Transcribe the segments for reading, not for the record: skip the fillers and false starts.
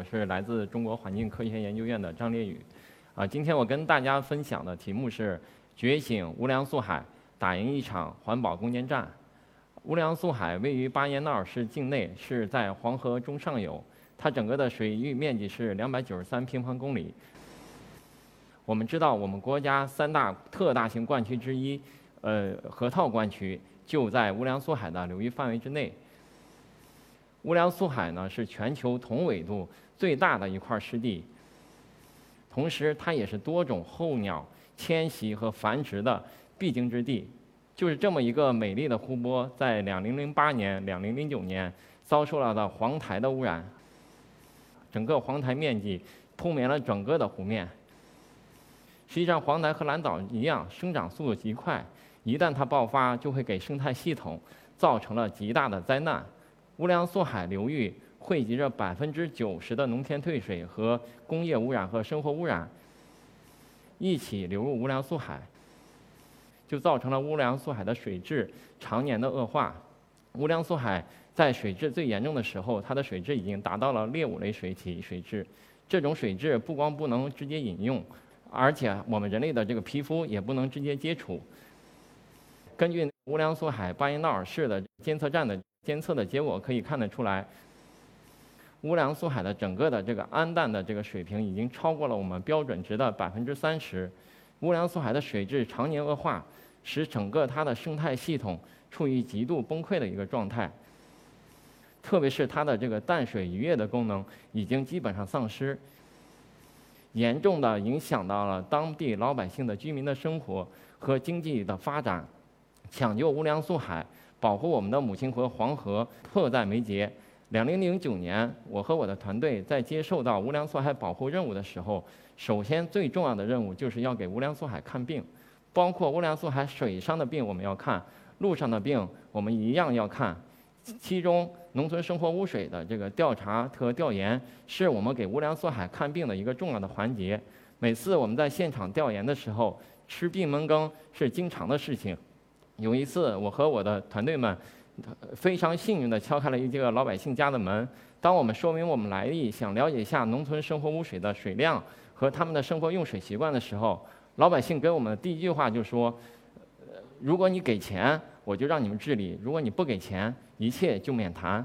是来自中国环境科学研究院的张烈宇。今天我跟大家分享的题目是觉醒无量素海，打赢一场环保攻坚战。无量素海位于巴彦淖尔市境内，是在黄河中上游，它整个的水域面积是293平方公里。我们知道，我们国家3大特大型灌区之一，河套灌区就在无量素海的流域范围之内。无量素海呢是全球同纬度最大的一块湿地，同时它也是多种候鸟迁徙和繁殖的必经之地。就是这么一个美丽的湖泊，在2008年、2009年遭受了黄台的污染，整个黄台面积铺绵了整个的湖面。实际上，黄台和蓝藻一样，生长速度极快，一旦它爆发，就会给生态系统造成了极大的灾难。无量素海流域汇集着90%的农田退水和工业污染和生活污染一起流入无量素海，就造成了无量素海的水质常年的恶化。无量素海在水质最严重的时候，它的水质已经达到了劣5类水体水质。这种水质不光不能直接饮用，而且我们人类的这个皮肤也不能直接接触。根据无量素海巴彦淖尔市的监测站的监测的结果可以看得出来，无量素海的整个的这个氨氮的这个水平已经超过了我们标准值的30%。无量素海的水质常年恶化，使整个它的生态系统处于极度崩溃的一个状态。特别是它的这个淡水渔业的功能已经基本上丧失，严重的影响到了当地老百姓的居民的生活和经济的发展。抢救无量素海，保护我们的母亲河黄河迫在眉睫。2009年，我和我的团队在接受到无量素海保护任务的时候，首先最重要的任务就是要给无量素海看病，包括无量素海水上的病我们要看，陆上的病我们一样要看。其中农村生活污水的这个调查和调研是我们给无量素海看病的一个重要的环节。每次我们在现场调研的时候，吃闭门羹是经常的事情。有一次，我和我的团队们非常幸运地敲开了一个老百姓家的门。当我们说明我们来意，想了解一下农村生活污水的水量和他们的生活用水习惯的时候，老百姓给我们的第一句话就说：如果你给钱，我就让你们治理；如果你不给钱，一切就免谈。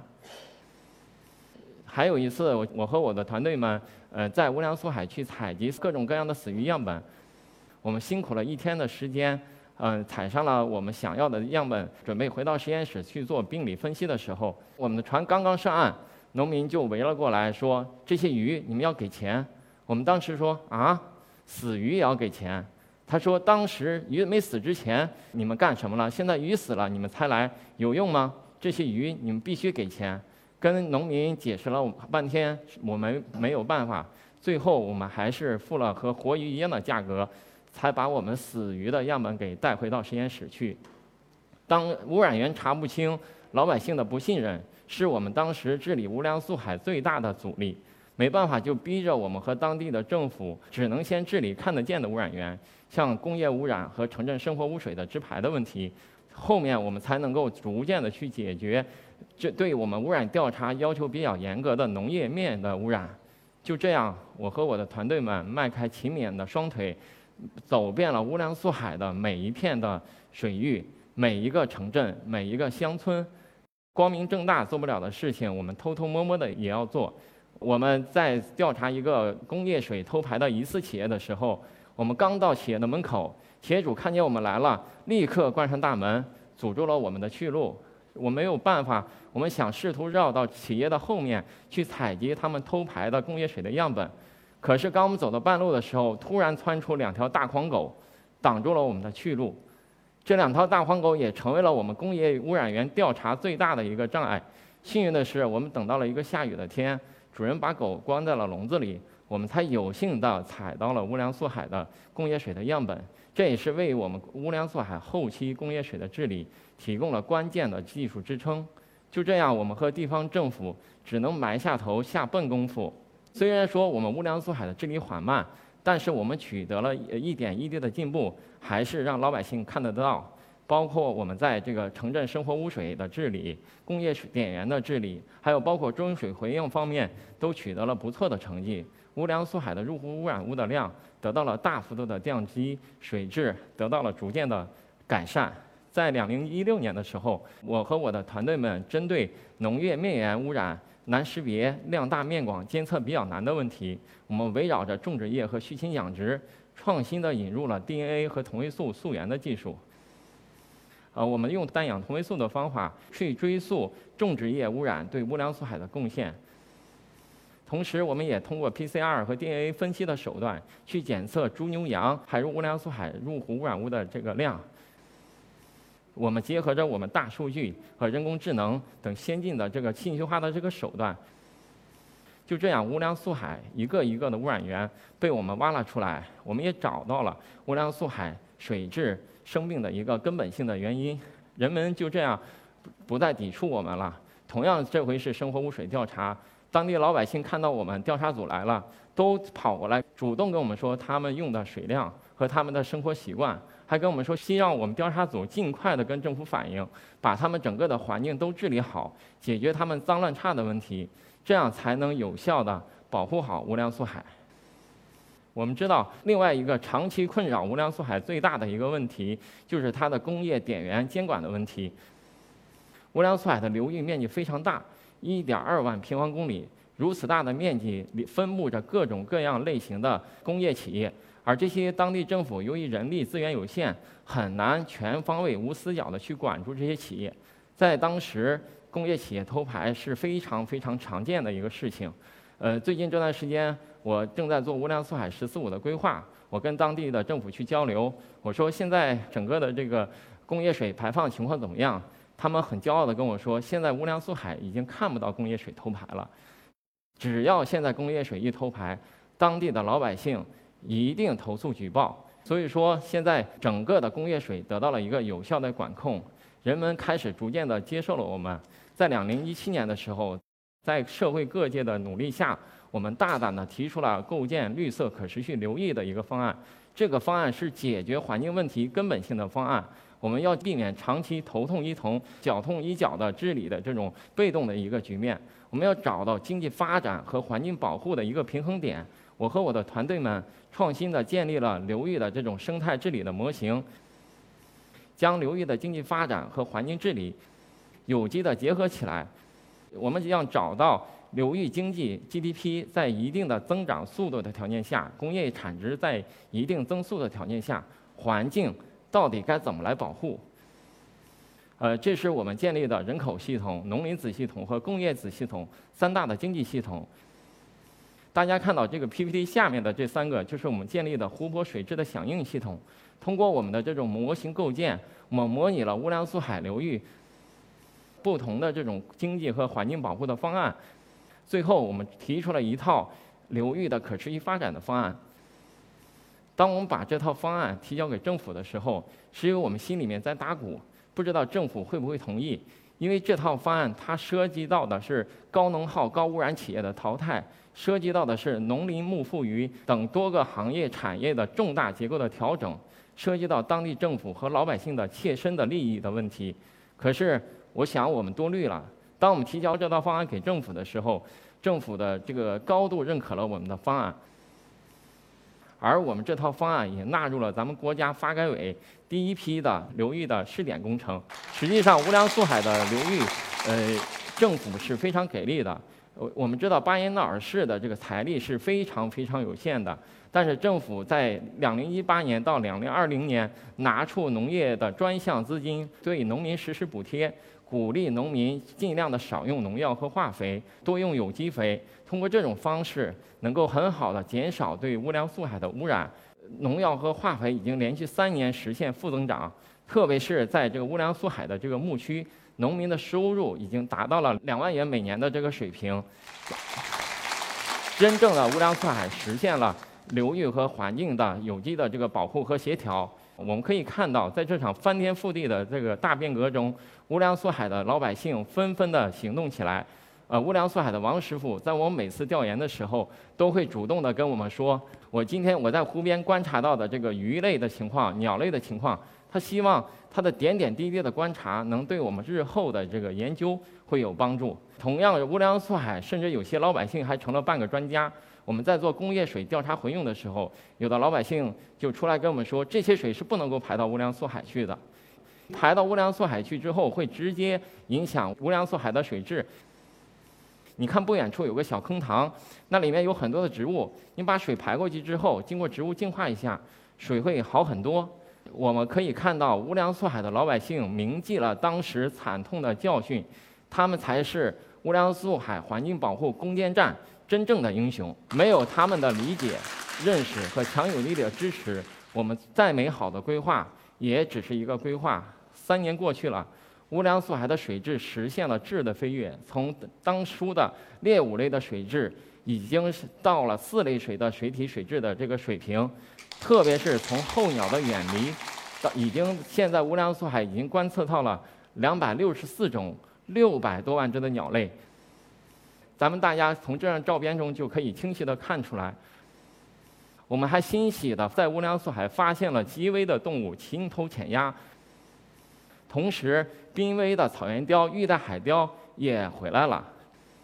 还有一次，我和我的团队们在无量素海去采集各种各样的死鱼样本，我们辛苦了1天的时间。采上了我们想要的样本，准备回到实验室去做病理分析的时候，我们的船刚刚上岸，农民就围了过来说：这些鱼你们要给钱。我们当时说：啊，死鱼也要给钱？他说：当时鱼没死之前你们干什么了？现在鱼死了你们才来，有用吗？这些鱼你们必须给钱。跟农民解释了半天，我们没有办法，最后我们还是付了和活鱼一样的价格，才把我们死鱼的样本给带回到实验室去。当污染源查不清，老百姓的不信任是我们当时治理无量素海最大的阻力。没办法，就逼着我们和当地的政府只能先治理看得见的污染源，像工业污染和城镇生活污水的直排的问题。后面我们才能够逐渐的去解决这对我们污染调查要求比较严格的农业面的污染。就这样，我和我的团队们迈开勤勉的双腿，走遍了无量素海的每一片的水域，每一个城镇，每一个乡村。光明正大做不了的事情，我们偷偷摸摸的也要做。我们在调查一个工业水偷排的疑似企业的时候，我们刚到企业的门口，企业主看见我们来了，立刻关上大门，阻住了我们的去路。我没有办法，我们想试图绕到企业的后面去采集他们偷排的工业水的样本。可是刚我们走到半路的时候，突然窜出2条大黄狗，挡住了我们的去路。这2条大黄狗也成为了我们工业污染源调查最大的一个障碍。幸运的是，我们等到了一个下雨的天，主人把狗关在了笼子里，我们才有幸地采到了无量素海的工业水的样本。这也是为我们无量素海后期工业水的治理提供了关键的技术支撑。就这样，我们和地方政府只能埋下头下笨功夫。虽然说我们无量素海的治理缓慢，但是我们取得了一点一滴的进步，还是让老百姓看得到。 包括我们在这个城镇生活污水的治理、工业水电源的治理，还有包括中水回应方面，都取得了不错的成绩。乌梁素海的入湖污染物的量得到了大幅度的降低，水质得到了逐渐的改善。在2016年的时候，我和我的团队们针对农业面源污染难识别、量大面广、监测比较难的问题，我们围绕着种植业和畜禽养殖，创新的引入了 DNA 和同位素溯源的技术。我们用氮氧同位素的方法去追溯种植业污染对乌梁素海的贡献。同时，我们也通过 PCR 和 DNA 分析的手段去检测猪、牛、羊排入乌梁素海入湖污染物的这个量。我们结合着我们大数据和人工智能等先进的这个信息化的这个手段，就这样乌梁素海一个一个的污染源被我们挖了出来，我们也找到了乌梁素海水质生病的一个根本性的原因。人们就这样不再抵触我们了。同样，这回是生活污水调查。当地老百姓看到我们调查组来了，都跑过来主动跟我们说他们用的水量和他们的生活习惯，还跟我们说希望我们调查组尽快的跟政府反映，把他们整个的环境都治理好，解决他们脏乱差的问题，这样才能有效的保护好乌梁素海。我们知道，另外一个长期困扰乌梁素海最大的一个问题，就是它的工业电源监管的问题。乌梁素海的流域面积非常大，1.2万平方公里，如此大的面积里分布着各种各样类型的工业企业，而这些当地政府由于人力资源有限，很难全方位无死角地去管住这些企业。在当时，工业企业偷排是非常非常常见的一个事情。最近这段时间，我正在做乌梁素海“14+5”的规划，我跟当地的政府去交流，我说现在整个的这个工业水排放情况怎么样？他们很骄傲地跟我说，现在乌梁素海已经看不到工业水偷排了。只要现在工业水一偷排，当地的老百姓一定投诉举报。所以说，现在整个的工业水得到了一个有效的管控，人们开始逐渐地接受了我们。在2017年的时候，在社会各界的努力下，我们大胆地提出了构建绿色可持续流域的一个方案。这个方案是解决环境问题根本性的方案。我们要避免长期头痛医头、脚痛医脚的治理的这种被动的一个局面。我们要找到经济发展和环境保护的一个平衡点。我和我的团队们创新地建立了流域的这种生态治理的模型，将流域的经济发展和环境治理有机地结合起来。我们要找到流域经济 GDP 在一定的增长速度的条件下，工业产值在一定增速的条件下，环境到底该怎么来保护？这是我们建立的人口系统、农林子系统和工业子系统3大的经济系统。大家看到这个 PPT 下面的这3个，就是我们建立的湖泊水质的响应系统。通过我们的这种模型构建，我们模拟了乌梁素海流域不同的这种经济和环境保护的方案。最后，我们提出了一套流域的可持续发展的方案。当我们把这套方案提交给政府的时候，是因为我们心里面在打鼓，不知道政府会不会同意。因为这套方案它涉及到的是高能耗、高污染企业的淘汰，涉及到的是农林牧副渔等多个行业产业的重大结构的调整，涉及到当地政府和老百姓的切身的利益的问题。可是，我想我们多虑了。当我们提交这套方案给政府的时候，政府的这个高度认可了我们的方案。而我们这套方案也纳入了咱们国家发改委第一批的流域的试点工程。实际上，乌梁素海的流域，政府是非常给力的。我们知道巴彦淖尔市的这个财力是非常非常有限的，但是政府在2018年到2020年拿出农业的专项资金，对农民实施补贴，鼓励农民尽量的少用农药和化肥，多用有机肥。通过这种方式，能够很好的减少对乌梁素海的污染。农药和化肥已经连续3年实现负增长，特别是在这个乌梁素海的这个牧区，农民的收入已经达到了2万元每年的这个水平。真正的乌梁素海实现了流域和环境的有机的这个保护和协调。我们可以看到，在这场翻天覆地的这个大变革中，乌梁素海的老百姓纷纷的行动起来。乌梁素海的王师傅在我们每次调研的时候，都会主动的跟我们说，今天我在湖边观察到的这个鱼类的情况、鸟类的情况， 他希望他的点点滴滴的观察能对我们日后的这个研究会有帮助。同样，乌良素海甚至有些老百姓还成了半个专家。我们在做工业水调查回用的时候，有的老百姓就出来跟我们说，这些水是不能够排到乌良素海去的，排到乌良素海去之后会直接影响乌良素海的水质。你看不远处有个小坑塘，那里面有很多的植物，你把水排过去之后，经过植物净化一下，水会好很多。我们可以看到乌良素海的老百姓铭记了当时惨痛的教训，他们才是乌良素海环境保护攻坚战真正的英雄。没有他们的理解、认识和强有力的支持，我们再美好的规划也只是一个规划。3年过去了，乌良素海的水质实现了质的飞跃，从当初的劣5类的水质，已经是到了4类水的水体水质的这个水平。特别是从候鸟的远离，到现在乌良素海已经观测到了264种600多万只的鸟类。咱们大家从这张照片中就可以清晰地看出来。我们还欣喜地在乌良素海发现了极危的动物青头潜鸭，同时濒危的草原雕、玉带海雕也回来了。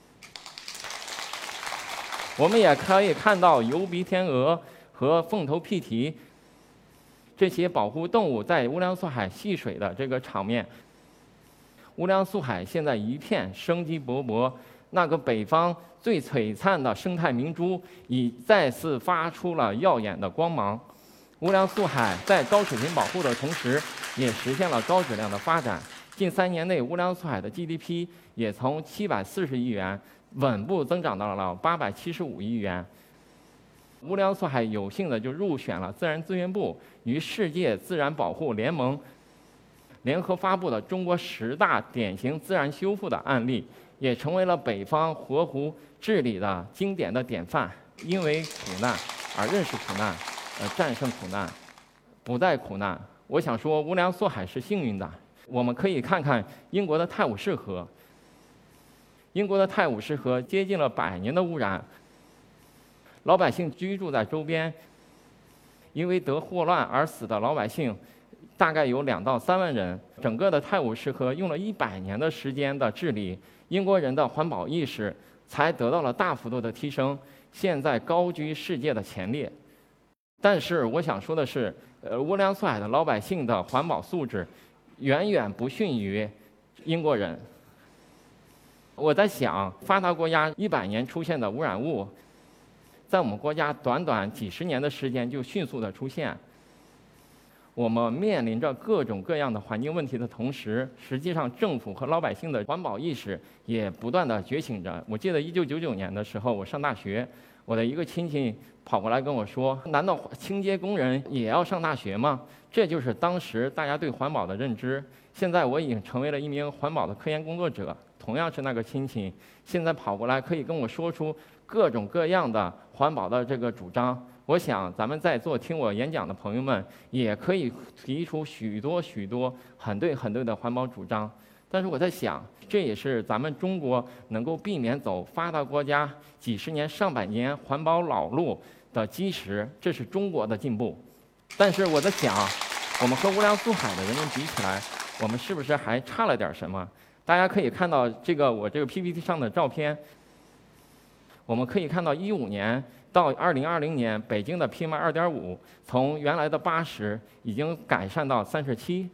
我们也可以看到疣鼻天鹅和凤头屁蹄这些保护动物在乌良素海戏水的这个场面。乌良素海现在一片生机勃勃，那个北方最璀璨的生态明珠已再次发出了耀眼的光芒。乌良素海在高水平保护的同时，也实现了高质量的发展。近3年内，乌良素海的 GDP 也从740亿元稳步增长到了875亿元。乌良素海有幸的就入选了自然资源部与世界自然保护联盟联合发布的中国10大典型自然修复的案例，也成为了北方活湖治理的经典的典范。因为苦难而认识苦难，战胜苦难，不再苦难。我想说，乌良素海是幸运的。我们可以看看英国的泰晤士河。英国的泰晤士河接近了100年的污染，老百姓居住在周边，因为得霍乱而死的老百姓大概有2到3万人。整个的泰晤士河用了100年的时间的治理，英国人的环保意识才得到了大幅度的提升，现在高居世界的前列。但是我想说的是，乌良素海的老百姓的环保素质远远不逊于英国人。我在想，发达国家100年出现的污染物，在我们国家短短几十年的时间就迅速的出现。我们面临着各种各样的环境问题的同时，实际上政府和老百姓的环保意识也不断的觉醒着。我记得1999年的时候，我上大学，我的一个亲戚跑过来跟我说：“难道清洁工人也要上大学吗？”这就是当时大家对环保的认知。现在我已经成为了一名环保的科研工作者，同样是那个亲戚，现在跑过来可以跟我说出各种各样的环保的这个主张。我想咱们在座听我演讲的朋友们也可以提出许多很对的环保主张。但是我在想，这也是咱们中国能够避免走发达国家几十年上百年环保老路的基石，这是中国的进步。但是我在想，我们和乌良素海的人们比起来，我们是不是还差了点什么？大家可以看到我这个 PPT 上的照片，我们可以看到15年到2020年，北京的 PM2.5 从原来的80已经改善到37，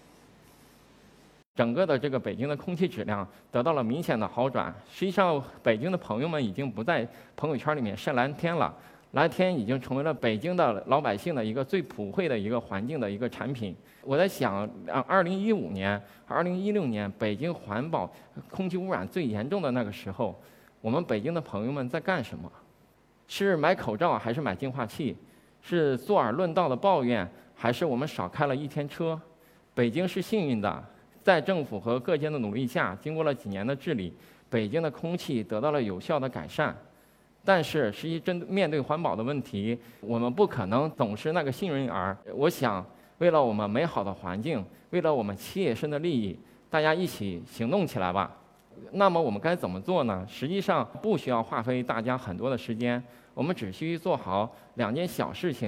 整个的这个北京的空气质量得到了明显的好转。实际上，北京的朋友们已经不在朋友圈里面晒蓝天了，蓝天已经成为了北京的老百姓的一个最普惠的一个环境的一个产品。我在想，2015年、2016年，北京环保空气污染最严重的那个时候，我们北京的朋友们在干什么？是买口罩还是买净化器？是坐而论道的抱怨，还是我们少开了1天车？北京是幸运的，在政府和各界的努力下，经过了几年的治理，北京的空气得到了有效的改善。但是，实际面对环保的问题，我们不可能总是那个幸运儿。我想，为了我们美好的环境，为了我们切身的利益，大家一起行动起来吧。那么我们该怎么做呢？实际上不需要花费大家很多的时间，我们只需做好2件小事情，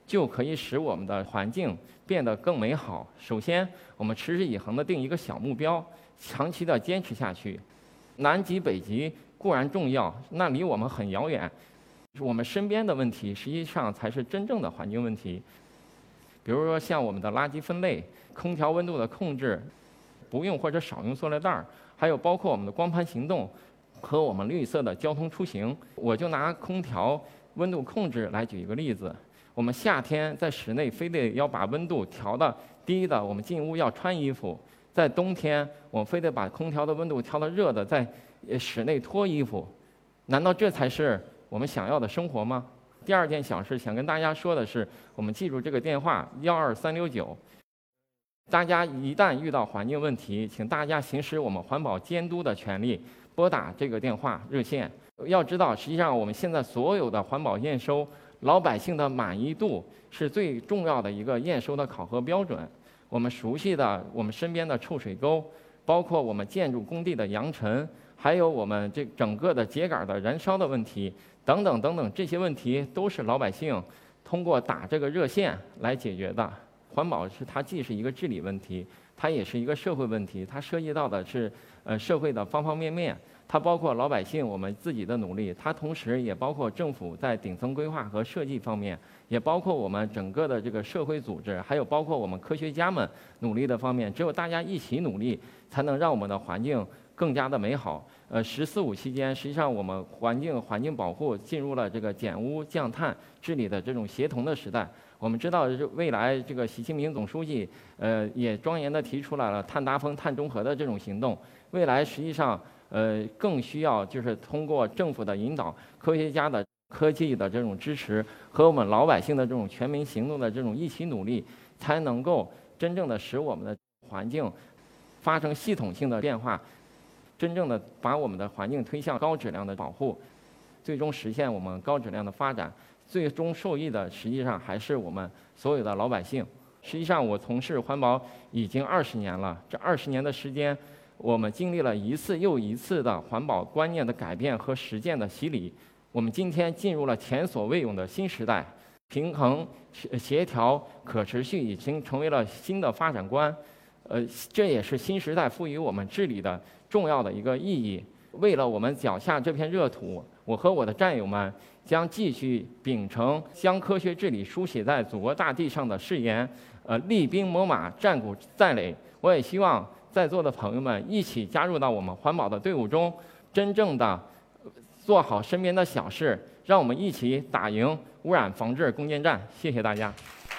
就可以使我们的环境变得更美好。首先，我们持之以恒地定一个小目标，长期的坚持下去。南极、北极固然重要，那离我们很遥远，我们身边的问题实际上才是真正的环境问题。比如说像我们的垃圾分类、空调温度的控制，不用或者少用塑料袋儿，还有包括我们的光盘行动和我们绿色的交通出行。我就拿空调温度控制来举一个例子。我们夏天在室内非得要把温度调到低的，我们进屋要穿衣服；在冬天，我们非得把空调的温度调到热的，在室内脱衣服。难道这才是我们想要的生活吗？第二件小事想跟大家说的是，我们记住这个电话12369。大家一旦遇到环境问题，请大家行使我们环保监督的权利，拨打这个电话热线。要知道，实际上我们现在所有的环保验收，老百姓的满意度是最重要的一个验收的考核标准。我们熟悉的我们身边的臭水沟，包括我们建筑工地的扬尘，还有我们这整个的秸秆的燃烧的问题，等等等等，这些问题都是老百姓通过打这个热线来解决的。环保它既是一个治理问题，它也是一个社会问题，它涉及到的是社会的方方面面。它包括老百姓我们自己的努力，它同时也包括政府在顶层规划和设计方面，也包括我们整个的这个社会组织，还有包括我们科学家们努力的方面。只有大家一起努力，才能让我们的环境更加的美好。“十四五”期间，实际上我们环境保护进入了这个减污降碳治理的这种协同的时代。我们知道，未来这个习近平总书记也庄严地提出来了碳达峰、碳中和的这种行动。未来实际上更需要就是通过政府的引导、科学家的科技的这种支持和我们老百姓的这种全民行动的这种一起努力，才能够真正的使我们的环境发生系统性的变化，真正的把我们的环境推向高质量的保护，最终实现我们高质量的发展。最终受益的实际上还是我们所有的老百姓。实际上，我从事环保已经20年了，这20年的时间，我们经历了一次又一次的环保观念的改变和实践的洗礼。我们今天进入了前所未有的新时代，平衡、协调、可持续已经成为了新的发展观。这也是新时代赋予我们治理的重要的一个意义。为了我们脚下这片热土，我和我的战友们将继续秉承将科学治理书写在祖国大地上的誓言，厉兵秣马，战鼓在垒。我也希望在座的朋友们一起加入到我们环保的队伍中，真正的做好身边的小事，让我们一起打赢污染防治攻坚战。谢谢大家。